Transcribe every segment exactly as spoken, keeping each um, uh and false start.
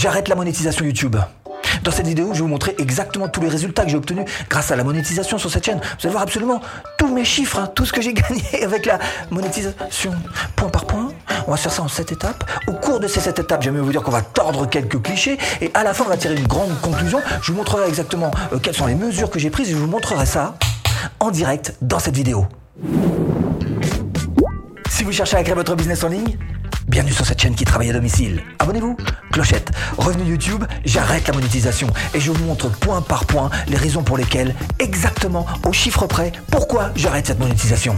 j'arrête la monétisation YouTube. Dans cette vidéo, je vais vous montrer exactement tous les résultats que j'ai obtenus grâce à la monétisation sur cette chaîne. Vous allez voir absolument tous mes chiffres, hein, tout ce que j'ai gagné avec la monétisation, point par point. On va faire ça en sept étapes. Au cours de ces sept étapes, j'aime vous dire qu'on va tordre quelques clichés et à la fin, on va tirer une grande conclusion. Je vous montrerai exactement euh, quelles sont les mesures que j'ai prises et je vous montrerai ça en direct dans cette vidéo. Si vous cherchez à créer votre business en ligne, bienvenue sur cette chaîne qui travaille à domicile. Abonnez-vous, clochette, revenu YouTube, j'arrête la monétisation et je vous montre point par point les raisons pour lesquelles, exactement au chiffre près, pourquoi j'arrête cette monétisation.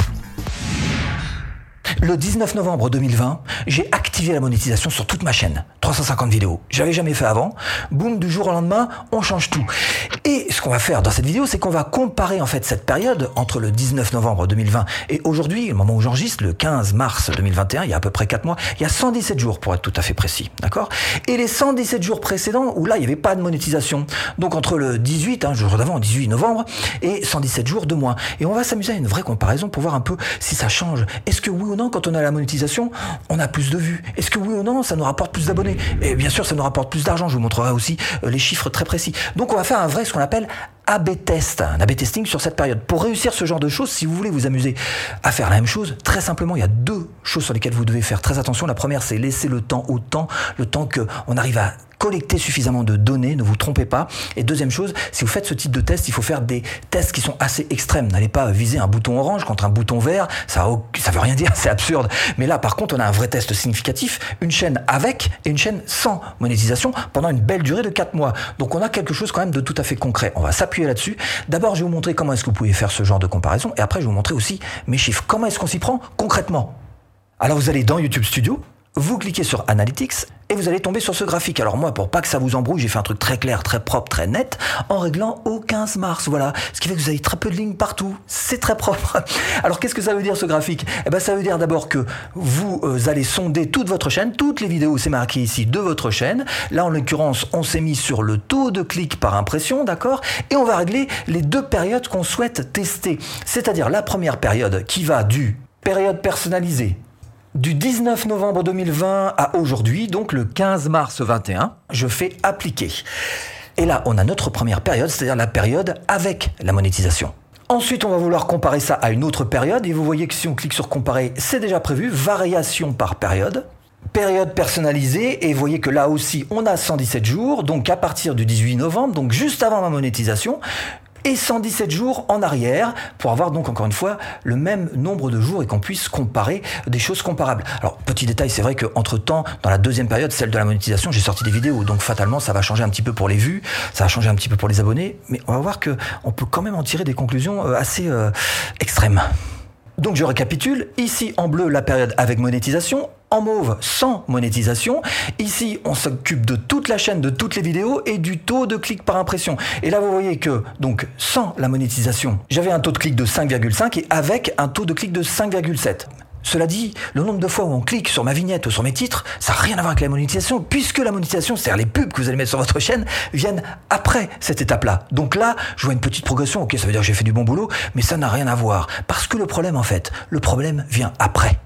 Le dix-neuf novembre deux mille vingt, j'ai activé la monétisation sur toute ma chaîne. trois cent cinquante vidéos. J'avais jamais fait avant. Boum, du jour au lendemain, on change tout. Et ce qu'on va faire dans cette vidéo, c'est qu'on va comparer en fait cette période entre le dix-neuf novembre deux mille vingt et aujourd'hui, le moment où j'enregistre, le quinze mars deux mille vingt et un, il y a à peu près quatre mois, il y a cent dix-sept jours pour être tout à fait précis. D'accord ? Et les cent dix-sept jours précédents, où là, il n'y avait pas de monétisation. Donc entre le dix-huit, hein, jour d'avant, dix-huit novembre, et cent dix-sept jours de moins. Et on va s'amuser à une vraie comparaison pour voir un peu si ça change. Est-ce que oui ou non, quand on a la monétisation, on a plus de vues? Est-ce que oui ou non, ça nous rapporte plus d'abonnés? Et bien sûr, ça nous rapporte plus d'argent. Je vous montrerai aussi euh, les chiffres très précis. Donc, on va faire un vrai, ce qu'on appelle A B test, un A B testing sur cette période. Pour réussir ce genre de choses, si vous voulez vous amuser à faire la même chose, très simplement, il y a deux choses sur lesquelles vous devez faire très attention. La première, c'est laisser le temps au temps, le temps qu'on arrive à collecter suffisamment de données, ne vous trompez pas. Et deuxième chose, si vous faites ce type de test, il faut faire des tests qui sont assez extrêmes. N'allez pas viser un bouton orange contre un bouton vert, ça ça veut rien dire, c'est absurde. Mais là, par contre, on a un vrai test significatif, une chaîne avec et une chaîne sans monétisation pendant une belle durée de quatre mois. Donc on a quelque chose quand même de tout à fait concret. On va s'appuyer là-dessus. D'abord, je vais vous montrer comment est-ce que vous pouvez faire ce genre de comparaison et après, je vais vous montrer aussi mes chiffres. Comment est-ce qu'on s'y prend concrètement? Alors, vous allez dans YouTube Studio, vous cliquez sur Analytics et vous allez tomber sur ce graphique. Alors moi, pour pas que ça vous embrouille, j'ai fait un truc très clair, très propre, très net, en réglant au quinze mars. Voilà. Ce qui fait que vous avez très peu de lignes partout. C'est très propre. Alors qu'est-ce que ça veut dire ce graphique? Eh ben, ça veut dire d'abord que vous euh, allez sonder toute votre chaîne, toutes les vidéos, c'est marqué ici, de votre chaîne. Là, en l'occurrence, on s'est mis sur le taux de clic par impression, d'accord? Et on va régler les deux périodes qu'on souhaite tester. C'est-à-dire la première période qui va du période personnalisée, du dix-neuf novembre deux mille vingt à aujourd'hui, donc le quinze mars vingt et un, je fais appliquer. Et là, on a notre première période, c'est-à-dire la période avec la monétisation. Ensuite, on va vouloir comparer ça à une autre période et vous voyez que si on clique sur comparer, c'est déjà prévu, variation par période. Période personnalisée et vous voyez que là aussi, on a cent dix-sept jours, donc à partir du dix-huit novembre, donc juste avant ma monétisation, et cent dix-sept jours en arrière pour avoir donc encore une fois le même nombre de jours et qu'on puisse comparer des choses comparables. Alors petit détail, c'est vrai qu'entre temps, dans la deuxième période, celle de la monétisation, j'ai sorti des vidéos, donc fatalement ça va changer un petit peu pour les vues, ça va changer un petit peu pour les abonnés, mais on va voir que on peut quand même en tirer des conclusions assez euh, extrêmes. Donc je récapitule, ici en bleu la période avec monétisation, en mauve sans monétisation. Ici on s'occupe de toute la chaîne, de toutes les vidéos et du taux de clic par impression. Et là vous voyez que donc sans la monétisation, j'avais un taux de clic de cinq virgule cinq et avec un taux de clic de cinq virgule sept. Cela dit, le nombre de fois où on clique sur ma vignette ou sur mes titres, ça n'a rien à voir avec la monétisation, puisque la monétisation, c'est-à-dire les pubs que vous allez mettre sur votre chaîne, viennent après cette étape-là. Donc là, je vois une petite progression, ok, ça veut dire que j'ai fait du bon boulot, mais ça n'a rien à voir. Parce que le problème, en fait, le problème vient après.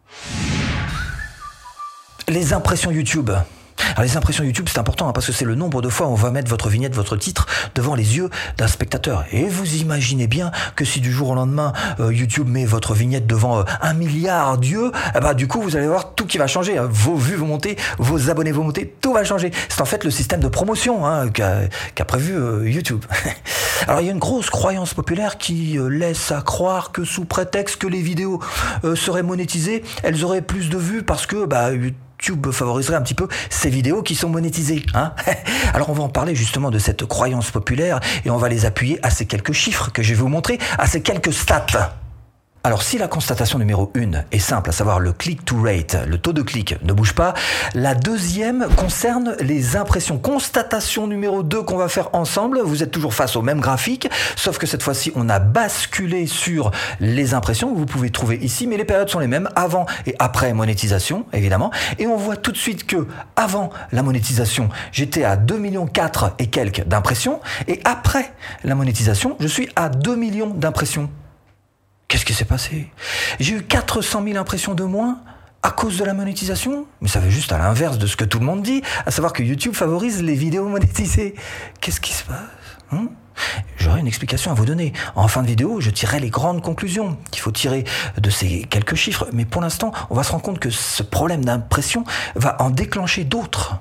Les impressions YouTube. Alors les impressions YouTube, c'est important hein, parce que c'est le nombre de fois où on va mettre votre vignette, votre titre devant les yeux d'un spectateur. Et vous imaginez bien que si du jour au lendemain, euh, YouTube met votre vignette devant euh, un milliard d'yeux, eh ben, du coup, vous allez voir tout qui va changer. Hein. Vos vues vont monter, vos abonnés vont monter, tout va changer. C'est en fait le système de promotion hein, qu'a, qu'a prévu euh, YouTube. Alors il y a une grosse croyance populaire qui euh, laisse à croire que sous prétexte que les vidéos euh, seraient monétisées, elles auraient plus de vues parce que bah, YouTube favoriserait un petit peu ces vidéos qui sont monétisées. Hein. Alors on va en parler justement de cette croyance populaire et on va les appuyer à ces quelques chiffres que je vais vous montrer, à ces quelques stats. Alors si la constatation numéro un est simple, à savoir le click-to-rate, le taux de clic ne bouge pas, la deuxième concerne les impressions. Constatation numéro deux qu'on va faire ensemble, vous êtes toujours face au même graphique, sauf que cette fois-ci on a basculé sur les impressions, vous pouvez trouver ici, mais les périodes sont les mêmes, avant et après monétisation évidemment, et on voit tout de suite que avant la monétisation, j'étais à deux millions quatre et quelques d'impressions, et après la monétisation, je suis à deux millions d'impressions. Qu'est-ce qui s'est passé? J'ai eu quatre cent mille impressions de moins À cause de la monétisation? Mais ça va juste à l'inverse de ce que tout le monde dit, à savoir que YouTube favorise les vidéos monétisées. Qu'est-ce qui se passe hein? J'aurais une explication à vous donner. En fin de vidéo, je tirerai les grandes conclusions qu'il faut tirer de ces quelques chiffres. Mais pour l'instant, on va se rendre compte que ce problème d'impression va en déclencher d'autres.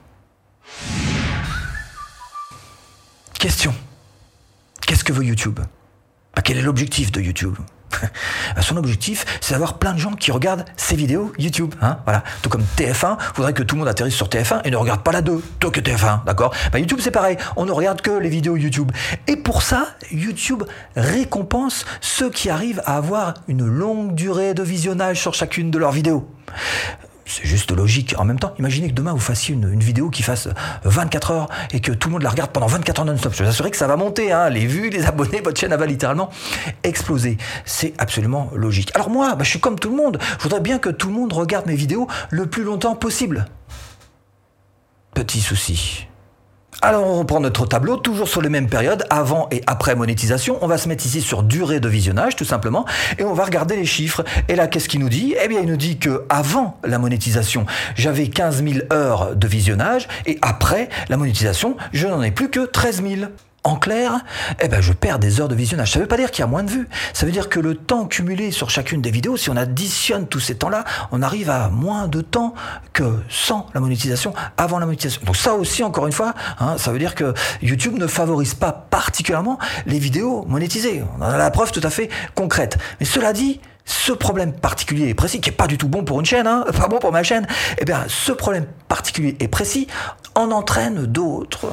Question. Qu'est-ce que veut YouTube? Bah, quel est l'objectif de YouTube? Son objectif, c'est d'avoir plein de gens qui regardent ces vidéos YouTube. Hein, voilà. Tout comme T F un voudrait que tout le monde atterrisse sur T F un et ne regarde pas la deux, tout que T F un, d'accord? Bah, YouTube, c'est pareil. On ne regarde que les vidéos YouTube. Et pour ça, YouTube récompense ceux qui arrivent à avoir une longue durée de visionnage sur chacune de leurs vidéos. C'est juste logique. En même temps, imaginez que demain vous fassiez une, une vidéo qui fasse vingt-quatre heures et que tout le monde la regarde pendant vingt-quatre heures non-stop. Je vous assure que ça va monter, hein, les vues, les abonnés, votre chaîne va littéralement exploser. C'est absolument logique. Alors moi, bah, je suis comme tout le monde. Je voudrais bien que tout le monde regarde mes vidéos le plus longtemps possible. Petit souci. Alors on reprend notre tableau, toujours sur les mêmes périodes, avant et après monétisation. On va se mettre ici sur durée de visionnage, tout simplement, et on va regarder les chiffres. Et là, qu'est-ce qu'il nous dit? Eh bien, il nous dit que avant la monétisation, j'avais quinze mille heures de visionnage, et après la monétisation, je n'en ai plus que treize mille. En clair, eh ben je perds des heures de visionnage. Ça ne veut pas dire qu'il y a moins de vues. Ça veut dire que le temps cumulé sur chacune des vidéos, si on additionne tous ces temps-là, on arrive à moins de temps que sans la monétisation, avant la monétisation. Donc ça aussi, encore une fois, hein, ça veut dire que YouTube ne favorise pas particulièrement les vidéos monétisées. On a la preuve tout à fait concrète. Mais cela dit, ce problème particulier et précis, qui n'est pas du tout bon pour une chaîne, hein, pas bon pour ma chaîne, eh bien, ce problème particulier et précis en entraîne d'autres.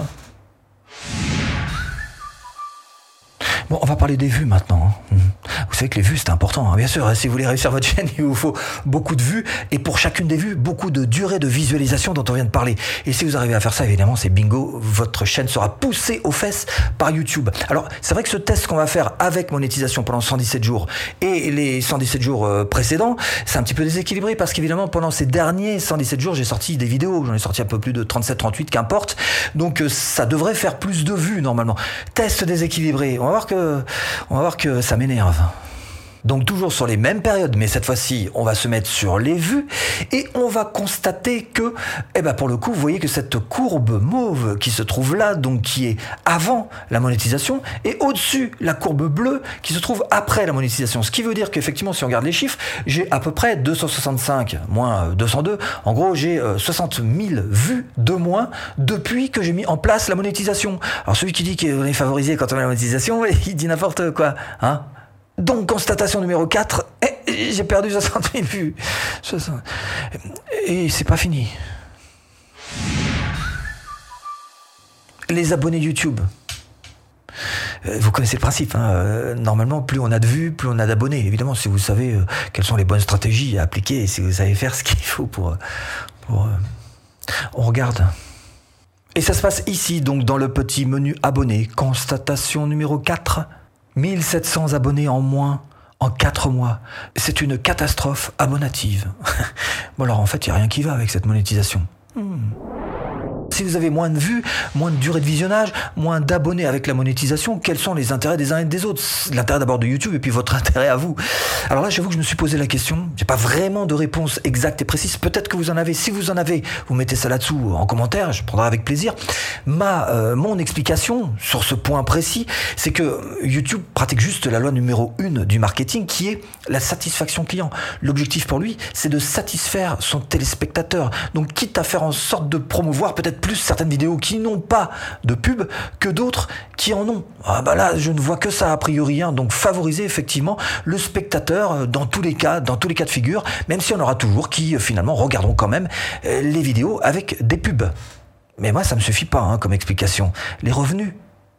Bon, on va parler des vues maintenant. Vous savez que les vues, c'est important. Hein. Bien sûr, si vous voulez réussir votre chaîne, il vous faut beaucoup de vues. Et pour chacune des vues, beaucoup de durée de visualisation dont on vient de parler. Et si vous arrivez à faire ça, évidemment, c'est bingo. Votre chaîne sera poussée aux fesses par YouTube. Alors, c'est vrai que ce test qu'on va faire avec monétisation pendant cent dix-sept jours et les cent dix-sept jours précédents, c'est un petit peu déséquilibré parce qu'évidemment, pendant ces derniers cent dix-sept jours, j'ai sorti des vidéos. J'en ai sorti un peu plus de trente-sept, trente-huit, qu'importe. Donc, ça devrait faire plus de vues, normalement. Test déséquilibré. On va voir que On va voir que ça m'énerve. Donc toujours sur les mêmes périodes, mais cette fois-ci, on va se mettre sur les vues et on va constater que, eh ben pour le coup, vous voyez que cette courbe mauve qui se trouve là, donc qui est avant la monétisation, et au-dessus la courbe bleue qui se trouve après la monétisation. Ce qui veut dire qu'effectivement, si on regarde les chiffres, j'ai à peu près deux cent soixante-cinq moins deux cent deux. En gros, j'ai soixante mille vues de moins depuis que j'ai mis en place la monétisation. Alors celui qui dit qu'on est favorisé quand on a la monétisation, il dit n'importe quoi, hein. Donc, constatation numéro quatre, eh, j'ai perdu soixante mille vues. Et c'est pas fini. Les abonnés YouTube. Vous connaissez le principe, hein. Normalement, plus on a de vues, plus on a d'abonnés. Évidemment, si vous savez euh, quelles sont les bonnes stratégies à appliquer, et si vous savez faire ce qu'il faut pour... pour euh, on regarde. Et ça se passe ici, donc dans le petit menu abonnés. Constatation numéro quatre. mille sept cents abonnés en moins en quatre mois. C'est une catastrophe abonnative. Bon alors en fait, il n'y a rien qui va avec cette monétisation. Hmm. Si vous avez moins de vues, moins de durée de visionnage, moins d'abonnés avec la monétisation, quels sont les intérêts des uns et des autres? L'intérêt d'abord de YouTube et puis votre intérêt à vous. Alors là, j'avoue que je me suis posé la question. J'ai pas vraiment de réponse exacte et précise. Peut-être que vous en avez. Si vous en avez, vous mettez ça là-dessous en commentaire. Je prendrai avec plaisir. Ma, euh, mon explication sur ce point précis, c'est que YouTube pratique juste la loi numéro une du marketing, qui est la satisfaction client. L'objectif pour lui, c'est de satisfaire son téléspectateur. Donc, quitte à faire en sorte de promouvoir peut-être plus certaines vidéos qui n'ont pas de pub que d'autres qui en ont. Ah bah là, je ne vois que ça a priori. Hein. Donc favoriser effectivement le spectateur dans tous les cas, dans tous les cas de figure, même si on aura toujours qui finalement regarderont quand même les vidéos avec des pubs. Mais moi, ça ne me suffit pas hein, comme explication. Les revenus.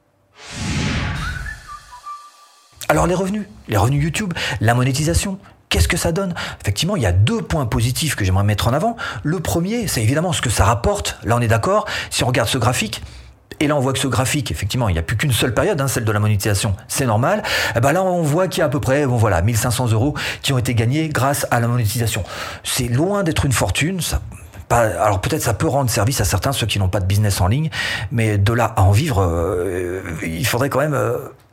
Alors les revenus, les revenus YouTube, la monétisation. Qu'est-ce que ça donne? Effectivement, il y a deux points positifs que j'aimerais mettre en avant. Le premier, c'est évidemment ce que ça rapporte. Là, on est d'accord. Si on regarde ce graphique, et là, on voit que ce graphique, effectivement, il n'y a plus qu'une seule période, hein, celle de la monétisation, c'est normal. Et ben là, on voit qu'il y a à peu près, bon voilà, mille cinq cents euros qui ont été gagnés grâce à la monétisation. C'est loin d'être une fortune. Ça, pas, alors peut-être ça peut rendre service à certains, ceux qui n'ont pas de business en ligne, mais de là à en vivre, euh, il faudrait quand même... Euh,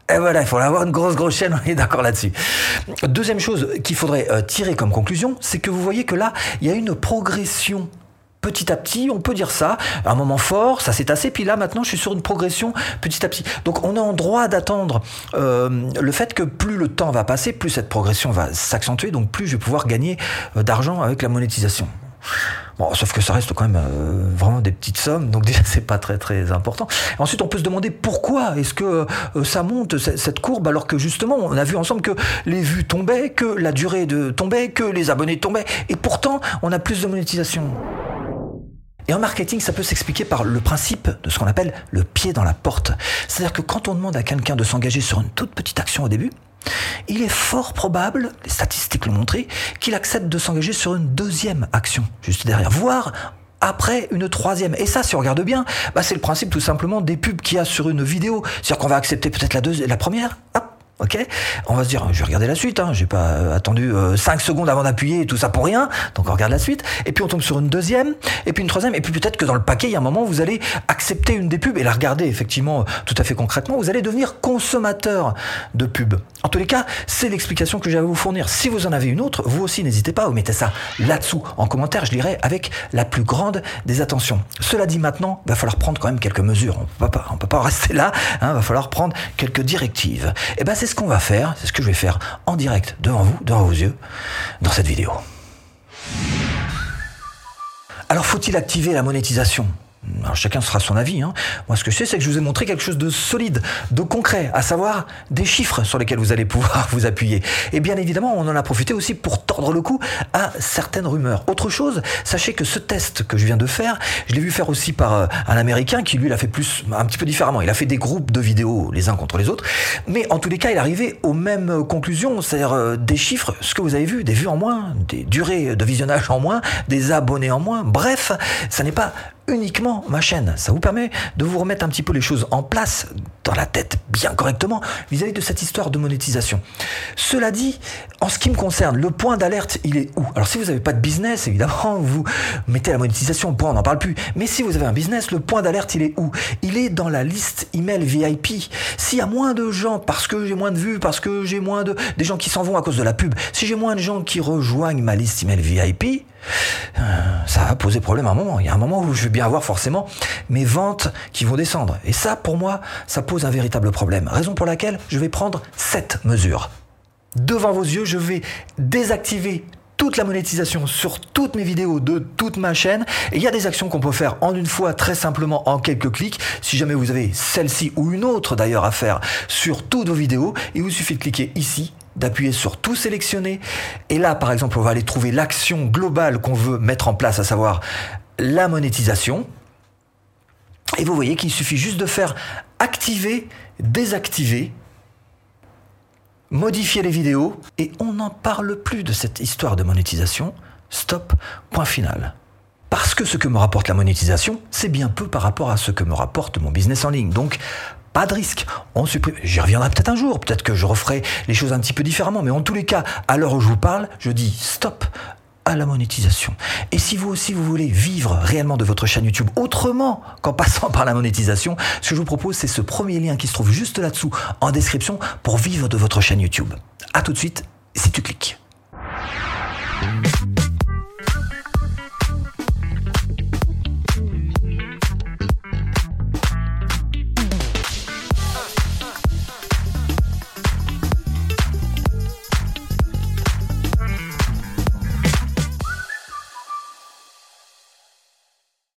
Et voilà, il faut avoir une grosse grosse chaîne, on est d'accord là-dessus. Deuxième chose qu'il faudrait euh, tirer comme conclusion, c'est que vous voyez que là, il y a une progression. Petit à petit, on peut dire ça, un moment fort, ça s'est tassé, puis là maintenant je suis sur une progression petit à petit. Donc on est en droit d'attendre euh, le fait que plus le temps va passer, plus cette progression va s'accentuer, donc plus je vais pouvoir gagner euh, d'argent avec la monétisation. Bon, sauf que ça reste quand même euh, vraiment des petites sommes, donc déjà c'est pas très très important. Ensuite, on peut se demander pourquoi est-ce que euh, ça monte cette courbe alors que justement on a vu ensemble que les vues tombaient, que la durée de tombait, que les abonnés tombaient, et pourtant on a plus de monétisation. Et en marketing, ça peut s'expliquer par le principe de ce qu'on appelle le pied dans la porte. C'est-à-dire que quand on demande à quelqu'un de s'engager sur une toute petite action au début, il est fort probable, les statistiques l'ont montré, qu'il accepte de s'engager sur une deuxième action, juste derrière, voire après une troisième. Et ça, si on regarde bien, bah c'est le principe tout simplement des pubs qu'il y a sur une vidéo. C'est-à-dire qu'on va accepter peut-être la, deuxi- la première, hop, ok, on va se dire, je vais regarder la suite, hein, j'ai pas euh, attendu euh, cinq secondes avant d'appuyer et tout ça pour rien, donc on regarde la suite, et puis on tombe sur une deuxième, et puis une troisième, et puis peut-être que dans le paquet, il y a un moment où vous allez accepter une des pubs et la regarder effectivement tout à fait concrètement, vous allez devenir consommateur de pubs. En tous les cas, c'est l'explication que j'avais à vous fournir. Si vous en avez une autre, vous aussi n'hésitez pas, vous mettez ça là-dessous en commentaire, je lirai avec la plus grande des attentions. Cela dit maintenant, il va falloir prendre quand même quelques mesures, on peut pas, on peut pas rester là, il hein, va falloir prendre quelques directives. Et ben c'est ce qu'on va faire, c'est ce que je vais faire en direct devant vous, devant vos yeux, dans cette vidéo. Alors faut-il activer la monétisation ? Alors chacun sera son avis. Hein. Moi, ce que je sais, c'est que je vous ai montré quelque chose de solide, de concret, à savoir des chiffres sur lesquels vous allez pouvoir vous appuyer. Et bien évidemment, on en a profité aussi pour tordre le cou à certaines rumeurs. Autre chose, sachez que ce test que je viens de faire, je l'ai vu faire aussi par euh, un Américain qui, lui, l'a fait plus, un petit peu différemment. Il a fait des groupes de vidéos les uns contre les autres. Mais en tous les cas, il est arrivé aux mêmes conclusions, c'est-à-dire euh, des chiffres, ce que vous avez vu, des vues en moins, des durées de visionnage en moins, des abonnés en moins. Bref, ça n'est pas uniquement ma chaîne. Ça vous permet de vous remettre un petit peu les choses en place dans la tête bien correctement vis-à-vis de cette histoire de monétisation. Cela dit, en ce qui me concerne, le point d'alerte, il est où ? Alors si vous n'avez pas de business, évidemment, vous mettez la monétisation, point, on n'en parle plus. Mais si vous avez un business, le point d'alerte, il est où ? Il est dans la liste email V I P. S'il y a moins de gens, parce que j'ai moins de vues, parce que j'ai moins de... des gens qui s'en vont à cause de la pub, si j'ai moins de gens qui rejoignent ma liste email V I P, euh, ça va poser problème à un moment. Il y a un moment où je vais bien avoir forcément mes ventes qui vont descendre. Et ça, pour moi, ça pose un véritable problème. Raison pour laquelle je vais prendre cette mesure. Devant vos yeux, je vais désactiver toute la monétisation sur toutes mes vidéos de toute ma chaîne. Et il y a des actions qu'on peut faire en une fois, très simplement, en quelques clics. Si jamais vous avez celle-ci ou une autre d'ailleurs à faire sur toutes vos vidéos, il vous suffit de cliquer ici, d'appuyer sur tout sélectionner. Et là, par exemple, on va aller trouver l'action globale qu'on veut mettre en place, à savoir la monétisation. Et vous voyez qu'il suffit juste de faire activer, désactiver, modifier les vidéos, et on n'en parle plus de cette histoire de monétisation. Stop, point final. Parce que ce que me rapporte la monétisation, c'est bien peu par rapport à ce que me rapporte mon business en ligne. Donc, pas de risque. On supprime. J'y reviendrai peut-être un jour, peut-être que je referai les choses un petit peu différemment, mais en tous les cas, à l'heure où je vous parle, je dis stop à la monétisation. Et si vous aussi vous voulez vivre réellement de votre chaîne YouTube autrement qu'en passant par la monétisation, ce que je vous propose, c'est ce premier lien qui se trouve juste là-dessous en description pour vivre de votre chaîne YouTube. À tout de suite, si tu cliques.